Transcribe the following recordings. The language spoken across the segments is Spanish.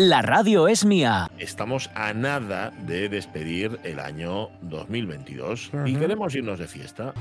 La radio es mía. Estamos a nada de despedir el año 2022 y queremos irnos de fiesta.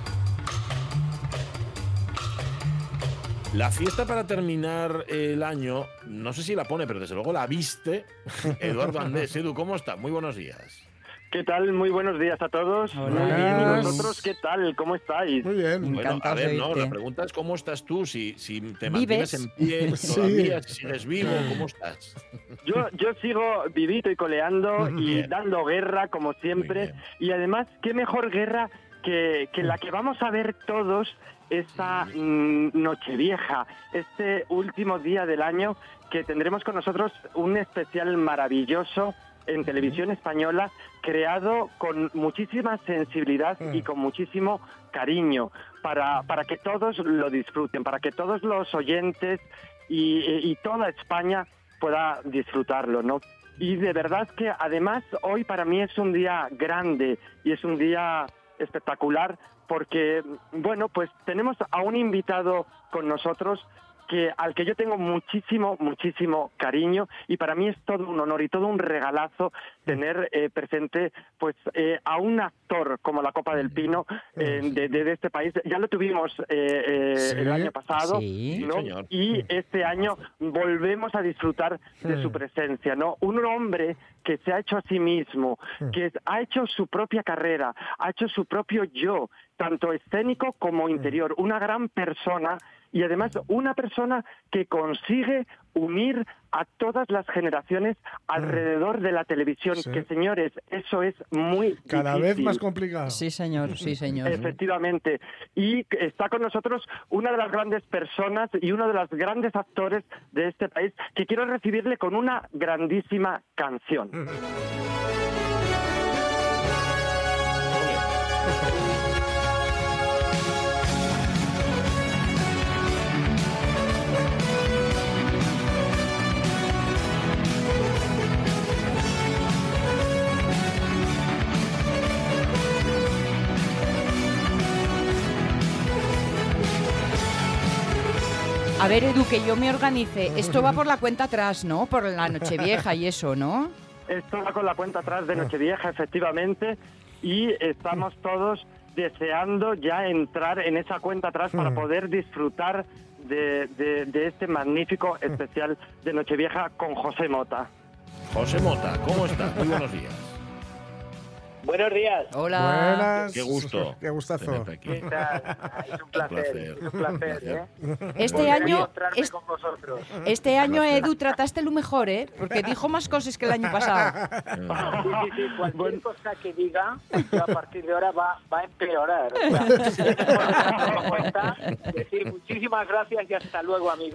La fiesta para terminar el año, no sé si la pone, pero desde luego la viste Eduardo Andés. Edu, ¿cómo estás? Muy buenos días. ¿Qué tal? Muy buenos días a todos. Hola. Muy bien. ¿Y vosotros qué tal? ¿Cómo estáis? Muy bien. Bueno, a ver, no, la pregunta es ¿cómo estás tú? Si te mantienes en pie todavía, si sigues vivo, ¿cómo estás? Yo sigo vivito y coleando y dando guerra, como siempre. Y además, qué mejor guerra que la que vamos a ver todos esta Nochevieja, este último día del año, que tendremos con nosotros un especial maravilloso en televisión española, creado con muchísima sensibilidad y con muchísimo cariño, para que todos lo disfruten, para que todos los oyentes y toda España pueda disfrutarlo, ¿no? Y de verdad que además hoy para mí es un día grande y es un día espectacular porque, bueno, pues tenemos a un invitado con nosotros al que yo tengo muchísimo cariño, y para mí es todo un honor y todo un regalazo tener presente pues a un actor como la Copa del Pino de este país. Ya lo tuvimos el año pasado, ¿no? Señor. Y este año volvemos a disfrutar de su presencia, ¿no? Un hombre que se ha hecho a sí mismo, que ha hecho su propia carrera, ha hecho su propio yo, tanto escénico como interior, una gran persona. Y además una persona que consigue unir a todas las generaciones alrededor de la televisión, que señores, eso es muy cada difícil. vez más complicado. Sí, señor, sí, señor. Efectivamente. Y está con nosotros una de las grandes personas y uno de los grandes actores de este país, que quiero recibirle con una grandísima canción. A ver, Edu, que yo me organice. Esto va por la cuenta atrás, ¿no? Por la Nochevieja y eso, ¿no? Esto va con la cuenta atrás de Nochevieja, efectivamente, y estamos todos deseando ya entrar en esa cuenta atrás para poder disfrutar de este magnífico especial de Nochevieja con José Mota. José Mota, ¿cómo estás? Muy buenos días. Buenos días. Hola. Buenas. Qué gusto. Qué gustazo. tenerte aquí. ¿Qué tal? Es un placer. Es un placer, ¿eh? Este Volver a año, encontrarme con vosotros. este año, Edu, trataste lo mejor, ¿eh? Porque dijo más cosas que el año pasado. Sí. Cualquier cosa que diga, yo a partir de ahora va a empeorar. O sea, tenerlo en cuenta, decir muchísimas gracias y hasta luego, amigo.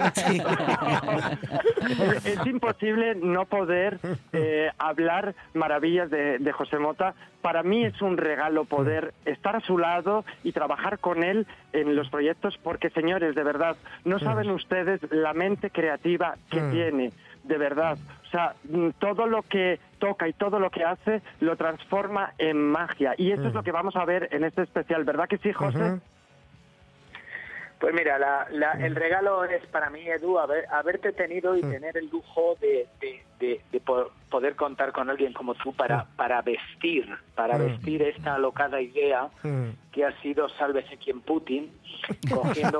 Es imposible no poder hablar maravillas de José Mota. Para mí es un regalo poder estar a su lado y trabajar con él en los proyectos, porque, señores, de verdad, no saben ustedes la mente creativa que tiene, de verdad. O sea, todo lo que toca y todo lo que hace lo transforma en magia. Y eso es lo que vamos a ver en este especial, ¿verdad que sí, José? Pues mira, el regalo es para mí, Edu, haberte tenido y tener el lujo de poder contar con alguien como tú para vestir esta alocada idea que ha sido Sálvese quien Putin, cogiendo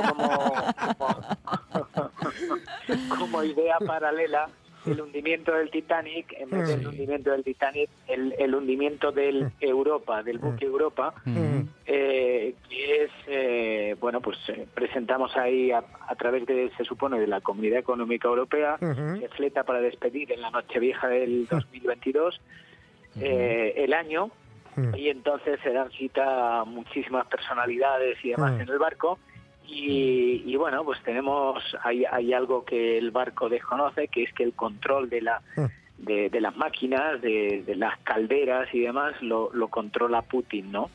como idea paralela el hundimiento del Titanic, en vez del hundimiento del Titanic, el hundimiento del Europa, del buque Europa, que es, presentamos ahí a través de, se supone, de la Comunidad Económica Europea, se fleta para despedir en la Nochevieja del 2022 el año, y entonces se dan cita a muchísimas personalidades y demás en el barco. Y bueno, pues hay algo que el barco desconoce, que es que el control de las máquinas, de las calderas y demás, lo controla Putin, ¿no?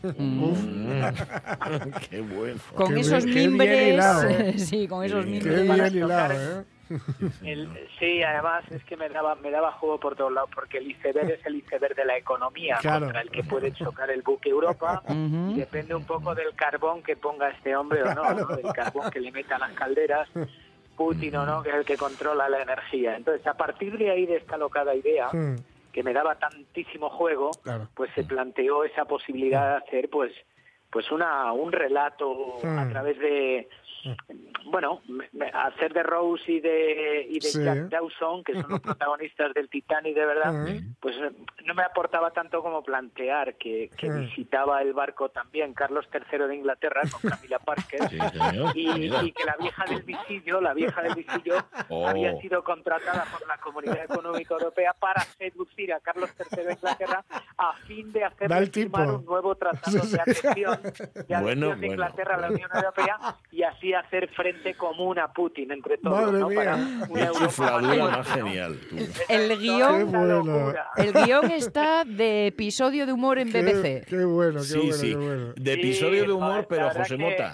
Qué bueno. Con Qué esos bien mimbres. hilado. Sí, con esos Qué mimbres. bien hilado, ¿eh? Sí, además es que me daba juego por todos lados, porque el iceberg es el iceberg de la economía, Claro. contra el que puede chocar el buque Europa. Y depende un poco del carbón que ponga este hombre o no, del carbón que le meta a las calderas, Putin o no, que es el que controla la energía. Entonces, a partir de ahí, de esta locada idea, que me daba tantísimo juego, pues se planteó esa posibilidad de hacer pues un relato a través de, bueno, hacer de Rose y de Jack Dawson, que son los protagonistas del Titanic de verdad, pues no me aportaba tanto como plantear que visitaba el barco también Carlos III de Inglaterra con Camila Parker, y que la vieja del visillo había sido contratada por la Comunidad Económica Europea para seducir a Carlos III de Inglaterra a fin de hacerle firmar un nuevo tratado de adhesión de Inglaterra a la Unión Europea, y así hacer frente común a Putin entre todos. Madre ¿no? mía. Para una Europa Chifladura más genial. El guión está de episodio de humor en BBC. Qué bueno, qué bueno, Sí. qué bueno. De episodio de humor, pero la verdad José que Mota.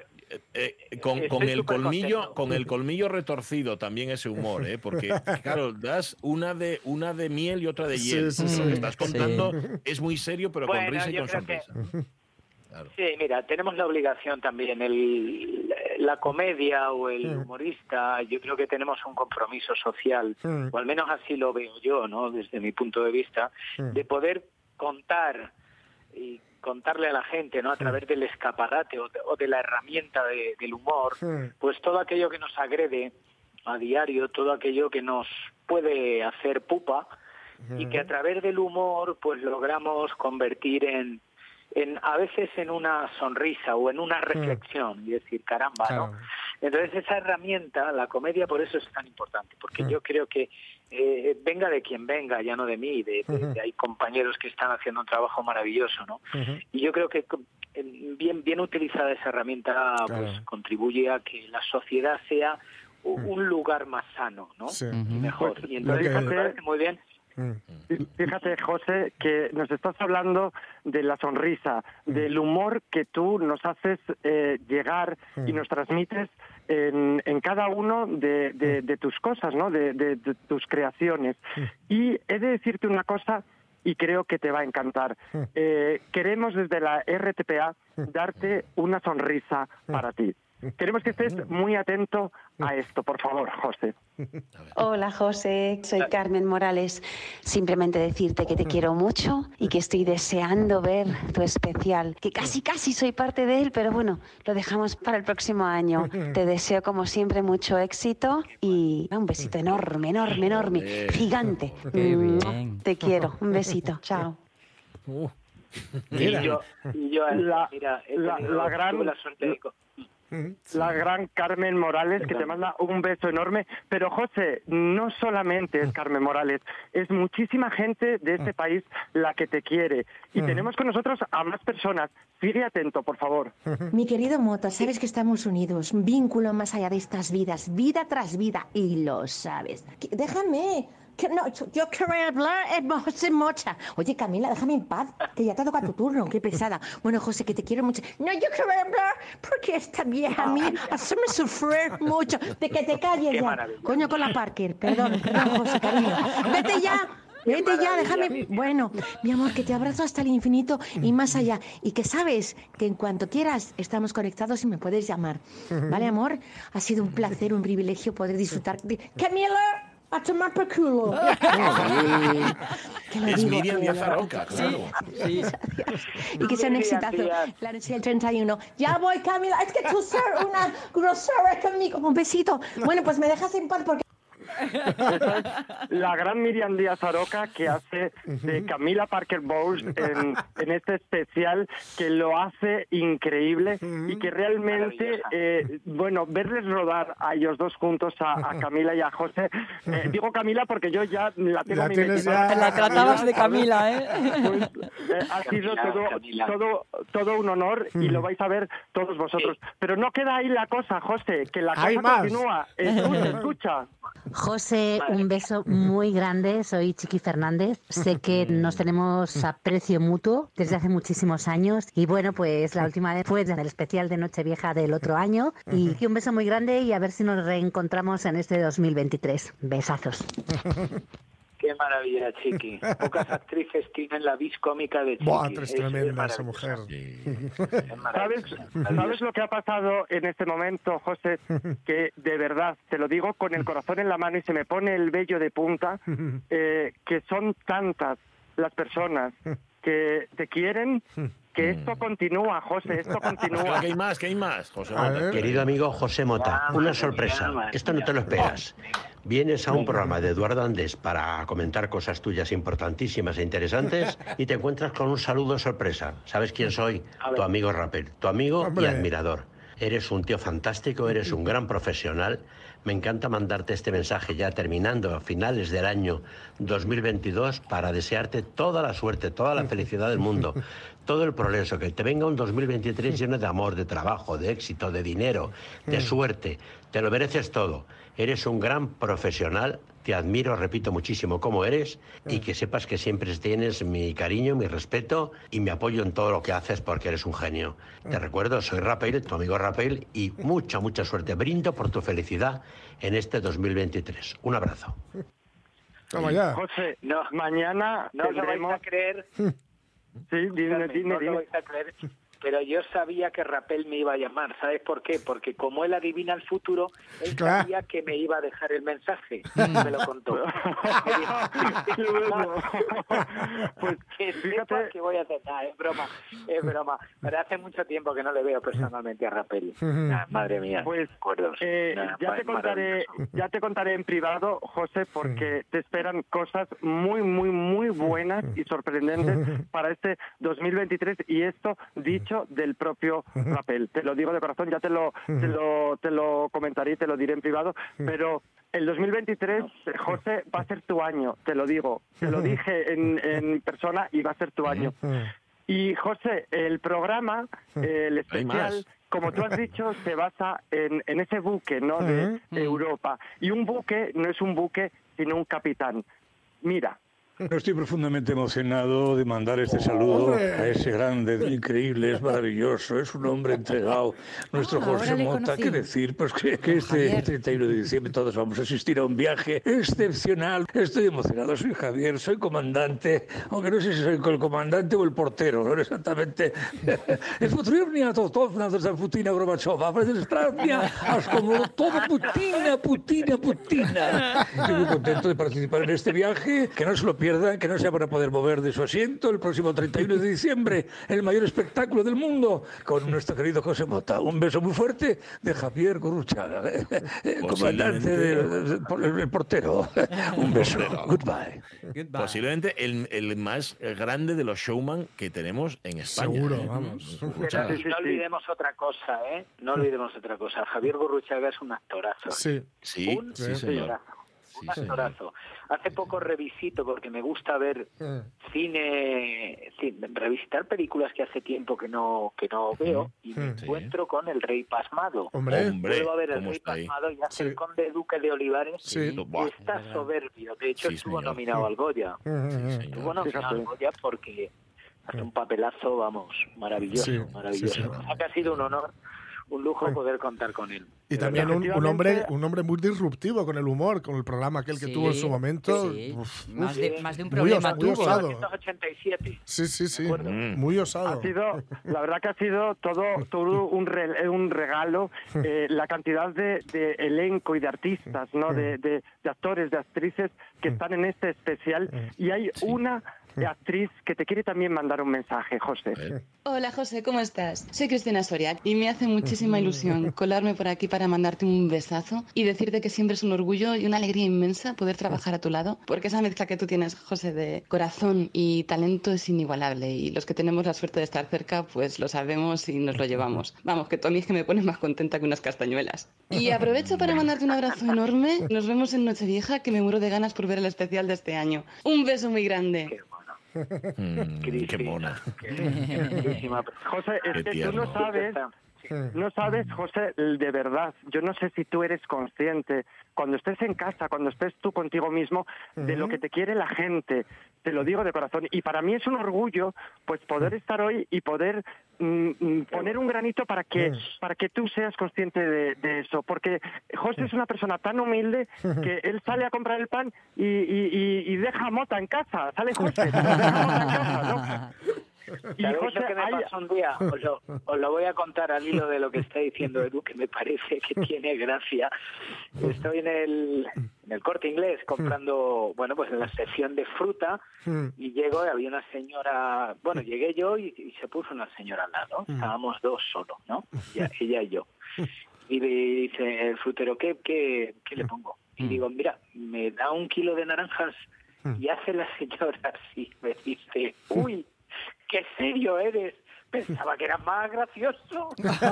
Con estoy el súper colmillo, contento. con el colmillo retorcido también ese humor, porque claro, das una de miel y otra de hiel. Sí, Lo que estás contando sí. es muy serio, pero con Bueno, risa y yo con creo que- sonrisa. Claro. Sí, mira, tenemos la obligación también, la comedia o el humorista, yo creo que tenemos un compromiso social, o al menos así lo veo yo, ¿no? Desde mi punto de vista, de poder contar y contarle a la gente, ¿no? A través del escaparate o de la herramienta del humor, pues todo aquello que nos agrede a diario, todo aquello que nos puede hacer pupa, y que a través del humor pues logramos convertir en a veces en una sonrisa o en una reflexión y decir, caramba, ¿no? Claro. Entonces esa herramienta, la comedia, por eso es tan importante, porque yo creo que venga de quien venga, ya no de mí, hay compañeros que están haciendo un trabajo maravilloso, ¿no? Y yo creo que bien utilizada esa herramienta pues contribuye a que la sociedad sea un lugar más sano, ¿no? Sí. Y mejor. Y entonces Lo que- me parece muy bien. Fíjate, José, que nos estás hablando de la sonrisa, del humor que tú nos haces llegar y nos transmites en cada uno de tus cosas, ¿no? De tus creaciones. Y he de decirte una cosa, y creo que te va a encantar. Queremos desde la RTPA darte una sonrisa para ti. Queremos que estés muy atento a esto, por favor, José. Hola José, soy Carmen Morales. Simplemente decirte que te quiero mucho y que estoy deseando ver tu especial, que casi soy parte de él, pero bueno, lo dejamos para el próximo año. Te deseo como siempre mucho éxito y un besito enorme, gigante. Qué bien. Te quiero, un besito, chao. Mira. Y yo La- mira, la tuve la suerte de La gran Carmen Morales, que te manda un beso enorme. Pero, José, no solamente es Carmen Morales, es muchísima gente de este país la que te quiere. Y tenemos con nosotros a más personas. Sigue atento, por favor. Mi querido Mota, sabes que estamos unidos, un vínculo más allá de estas vidas, vida tras vida, y lo sabes. Déjame, que no, yo quiero hablar, José Mocha. Oye, Camila, déjame en paz, que ya te toca tu turno, qué pesada. Bueno, José, que te quiero mucho. No, yo quiero hablar porque esta vieja a mí hace sufrir mucho. De que te calles Qué ya. maravilla. Coño, con la Parker, perdón, José, cariño. Vete ya. Vete ya, déjame. Bueno, mi amor, que te abrazo hasta el infinito y más allá. Y que sabes que en cuanto quieras estamos conectados y me puedes llamar. ¿Vale, amor? Ha sido un placer, un privilegio poder disfrutar de... ¡Camila! ¡A tomar por culo! Que lo Es digo, Miriam que Díaz lo- Aroca, claro. Y que sea un Miriam exitazo Díaz. la noche del 31. Ya voy, Camila. Es que tú ser una grosera conmigo. Un besito. Bueno, pues me dejas en paz porque... La gran Miriam Díaz Aroca, que hace de Camila Parker Bowles en este especial, que lo hace increíble y que realmente, bueno, verles rodar a ellos dos juntos, a Camila y a José. Digo Camila porque yo ya la tengo La a mi tienes equipada. ya. La tratabas de Camila, ¿eh? Pues, ha sido Camila. todo un honor y lo vais a ver todos vosotros. Pero no queda ahí la cosa, José, que la Hay cosa más. continúa. Escucha. José, un beso muy grande. Soy Chiqui Fernández. Sé que nos tenemos aprecio mutuo desde hace muchísimos años. Y bueno, pues la última vez fue en el especial de Nochevieja del otro año. Y un beso muy grande y a ver si nos reencontramos en este 2023. Besazos. Qué maravilla, Chiqui. Pocas actrices tienen la vis cómica de Chiqui. Buah, es tremenda esa mujer. ¿Sabes lo que ha pasado en este momento, José? Que de verdad, te lo digo con el corazón en la mano y se me pone el vello de punta, que son tantas las personas que te quieren, que esto continúa, José, esto continúa. ¿Qué hay más? ¿Qué hay más, José A Mota? ver. Querido amigo José Mota, una sorpresa. Esto no te lo esperas. Vienes a un programa de Eduardo Andés para comentar cosas tuyas importantísimas e interesantes y te encuentras con un saludo sorpresa. ¿Sabes quién soy? Tu amigo Rapel, tu amigo Hombre. y admirador. Eres un tío fantástico, eres un gran profesional. Me encanta mandarte este mensaje ya terminando a finales del año 2022 para desearte toda la suerte, toda la felicidad del mundo, todo el progreso, que te venga un 2023 lleno de amor, de trabajo, de éxito, de dinero, de suerte. Te lo mereces todo. Eres un gran profesional. Te admiro, repito muchísimo cómo eres y que sepas que siempre tienes mi cariño, mi respeto y mi apoyo en todo lo que haces porque eres un genio. Te recuerdo, soy Rapel, tu amigo Rapel, y mucha, mucha suerte. Brindo por tu felicidad en este 2023. Un abrazo. Toma ya. José, No, mañana no lo vais tendremos... a creer. Sí, dime, No lo vais a creer. Pero yo sabía que Rapel me iba a llamar. ¿Sabes por qué? Porque como él adivina el futuro, él Claro. sabía que me iba a dejar el mensaje. Me lo contó. Me dijo, Qué bueno. pues que sepas que voy a hacer. Nah, es broma, es broma. Pero hace mucho tiempo que no le veo personalmente a Rapel. Nah, madre mía. Pues recuerdos. Nah, ya te contaré en privado, José, porque te esperan cosas muy, muy, muy buenas y sorprendentes para este 2023 y esto dicho del propio Rapel. Te lo digo de corazón, ya te lo comentaré y te lo diré en privado, pero el 2023, José, va a ser tu año, te lo digo. Te lo dije en persona y va a ser tu año. Y José, el programa, el especial, como tú has dicho, se basa en ese buque, ¿no? De Europa. Y un buque no es un buque, sino un capitán. Mira. Estoy profundamente emocionado de mandar este saludo a ese grande, increíble, es maravilloso, es un hombre entregado. Nuestro José Mota, ¿qué decir? Pues que este 31 de diciembre todos vamos a asistir a un viaje excepcional. Estoy emocionado, soy Javier, soy comandante, aunque no sé si soy el comandante o el portero, no exactamente. Es potrzebna to za Putina Gorbachowa, potrzebna aż como todo Putina. Estoy muy contento de participar en este viaje, que no se lo pierdan, que no sea para poder mover de su asiento el próximo 31 de diciembre, el mayor espectáculo del mundo, con nuestro querido José Mota. Un beso muy fuerte de Javier Gurruchaga, comandante del portero. Un beso. Goodbye. Posiblemente el más grande de los showman que tenemos en España. Seguro, vamos. Pero no olvidemos otra cosa, ¿eh? No olvidemos otra cosa. Javier Gurruchaga es un actorazo. Sí. Sí, Un señor. actorazo. Un actorazo. Hace poco revisito, porque me gusta ver revisitar películas que hace tiempo que no veo, y me encuentro con El Rey Pasmado. Hombre, Vuelvo a ver El Rey Pasmado y hace el Conde Duque de Olivares. Sí. Está soberbio. De hecho, estuvo nominado al Goya. Estuvo nominado al Goya porque hace un papelazo, vamos, maravilloso, maravilloso. Sí. O sea, que ha sido un honor, un lujo poder contar con él. Y también un hombre muy disruptivo con el humor, con el programa aquel que tuvo en su momento. Sí. Uf, Más de un muy problema muy tuvo. osado. 1987. Sí. Muy osado. La verdad que ha sido todo un regalo, la cantidad de elenco y de artistas, ¿no? De actores, de actrices que están en este especial. Y hay una actriz que te quiere también mandar un mensaje, José. Hola José, ¿cómo estás? Soy Cristina Soria y me hace muchísima ilusión colarme por aquí para mandarte un besazo y decirte que siempre es un orgullo y una alegría inmensa poder trabajar a tu lado, porque esa mezcla que tú tienes, José, de corazón y talento es inigualable, y los que tenemos la suerte de estar cerca pues lo sabemos y nos lo llevamos. Vamos, que tú a mí es que me pones más contenta que unas castañuelas. Y aprovecho para mandarte un abrazo enorme. Nos vemos en Nochevieja, que me muero de ganas por ver el especial de este año. Un beso muy grande. Qué mona. José, es que tú no sabes, José, de verdad, yo no sé si tú eres consciente, cuando estés en casa, cuando estés tú contigo mismo, de lo que te quiere la gente, te lo digo de corazón, y para mí es un orgullo pues poder estar hoy y poder poner un granito para que tú seas consciente de eso, porque José es una persona tan humilde que él sale a comprar el pan y deja mota en casa, sale José, deja mota en casa, ¿no? Y José, lo que me pasó un día, os lo voy a contar al hilo de lo que está diciendo Edu, que me parece que tiene gracia. Estoy en el Corte Inglés comprando, bueno, pues en la sección de fruta, y llego y había una señora, bueno, llegué yo y se puso una señora al lado, estábamos dos solos, ¿no? Ella y yo. Y me dice el frutero, ¿qué le pongo? Y digo, mira, me da 1 kilo de naranjas, y hace la señora así, me dice, uy, qué serio eres. Pensaba que eras más gracioso.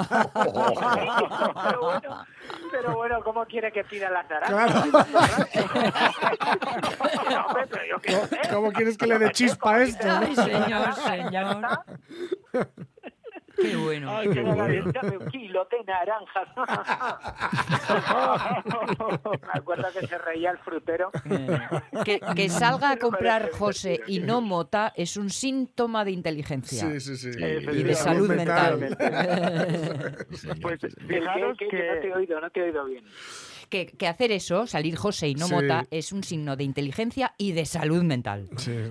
pero bueno, ¿cómo quiere que pida las naranjas? Claro. ¿Cómo quieres que le dé chispa a esto? Ay, señor. Qué bueno. Ay, qué bueno. Dame 1 kilo de naranjas. Me acuerdo que se reía el frutero. Que salga a comprar José y no Mota es un síntoma de inteligencia. Sí. Y de salud mental. Pues fijaros que no te he oído bien. Que hacer eso, salir José y no Mota, es un signo de inteligencia y de salud mental.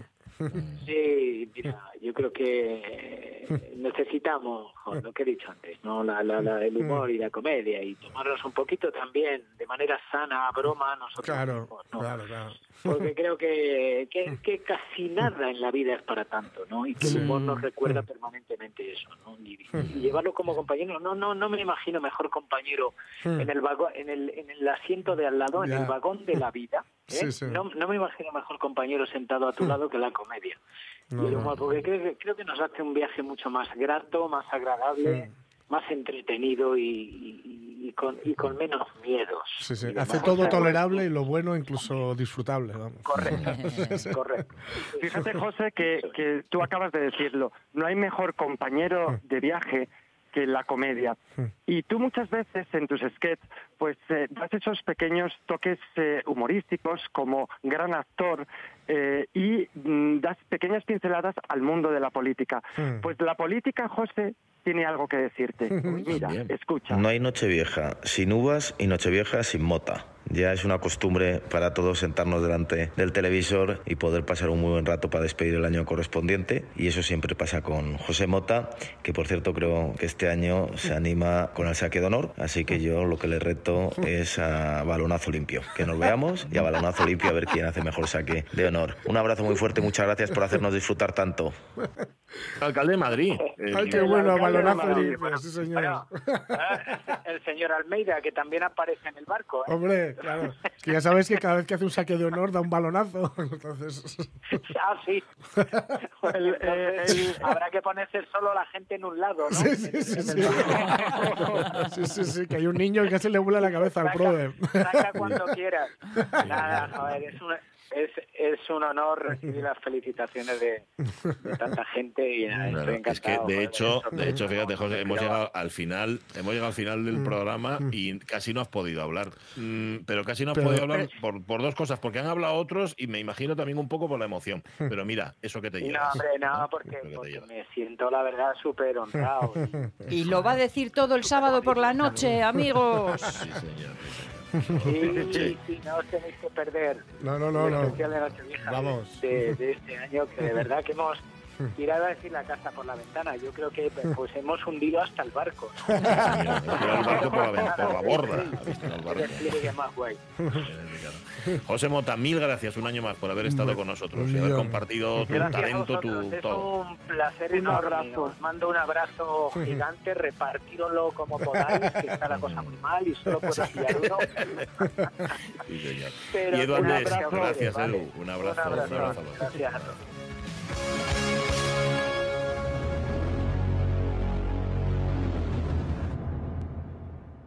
Sí, mira, yo creo que necesitamos, lo que he dicho antes, ¿no? El humor y la comedia, y tomarnos un poquito también de manera sana, a broma, nosotros mismos, ¿no? Claro. Porque creo que casi nada en la vida es para tanto, ¿no? Y que el humor nos recuerda permanentemente eso, ¿no? Y llevarlo como compañero, no me imagino mejor compañero en el vagón, en el asiento de al lado, en el vagón de la vida. No me imagino mejor compañero sentado a tu lado que la comedia. Y el humor, porque creo que nos hace un viaje mucho más grato, más agradable, más entretenido y con menos miedos. Hace todo tolerable y lo bueno incluso disfrutable. Vamos. Correcto. Fíjate, José, que tú acabas de decirlo. No hay mejor compañero de viaje que la comedia. Y tú muchas veces en tus sketches pues das esos pequeños toques humorísticos como gran actor y das pequeñas pinceladas al mundo de la política. Pues la política, José, tiene algo que decirte. Mira, escucha. No hay Nochevieja sin uvas y Nochevieja sin mota. Ya es una costumbre para todos sentarnos delante del televisor y poder pasar un muy buen rato para despedir el año correspondiente, y eso siempre pasa con José Mota, que por cierto creo que este año se anima con el saque de honor, así que yo lo que le reto es a balonazo limpio, que nos veamos y a balonazo limpio a ver quién hace mejor saque de honor. Un abrazo muy fuerte, muchas gracias por hacernos disfrutar tanto. Alcalde de Madrid. Ay, qué bueno, balonazo limpio, sí señor. Bueno, el señor Almeida, que también aparece en el barco. Hombre, claro. Es que ya sabes que cada vez que hace un saque de honor da un balonazo. Entonces... sí. Habrá que ponerse solo la gente en un lado, ¿no? Sí, que hay un niño que se le vuela la cabeza al prove. Saca cuando quieras. Nada, joder, es un honor recibir las felicitaciones de tanta gente y estoy encantado. Es que de hecho, fíjate, José, hemos llegado al final del programa y casi no has podido hablar. Pero casi no has podido hablar por dos cosas, porque han hablado otros y me imagino también un poco por la emoción. Pero mira, eso que te llevas. No, hombre, porque me siento, la verdad, súper honrado. Y lo va a decir todo el sábado por la noche, amigos. Sí, señor. Sí, no os tenéis que perder. No. El especial de Nochevieja. Vamos. De este año, que de verdad que hemos tirado a decir la casa por la ventana. Yo creo que pues hemos hundido hasta el barco, ¿no? El barco por la borda. Despliegue más guay. José Mota, mil gracias un año más por haber estado con nosotros y haber compartido tu talento, tu todo. Es un placer enorme. Os mando un abrazo gigante, repartíroslo como podáis, que está la cosa muy mal y solo puedo pillar uno. Sí, señor. Pero y Edu Andrés, gracias, vale. Edu. Un abrazo. Gracias a todos.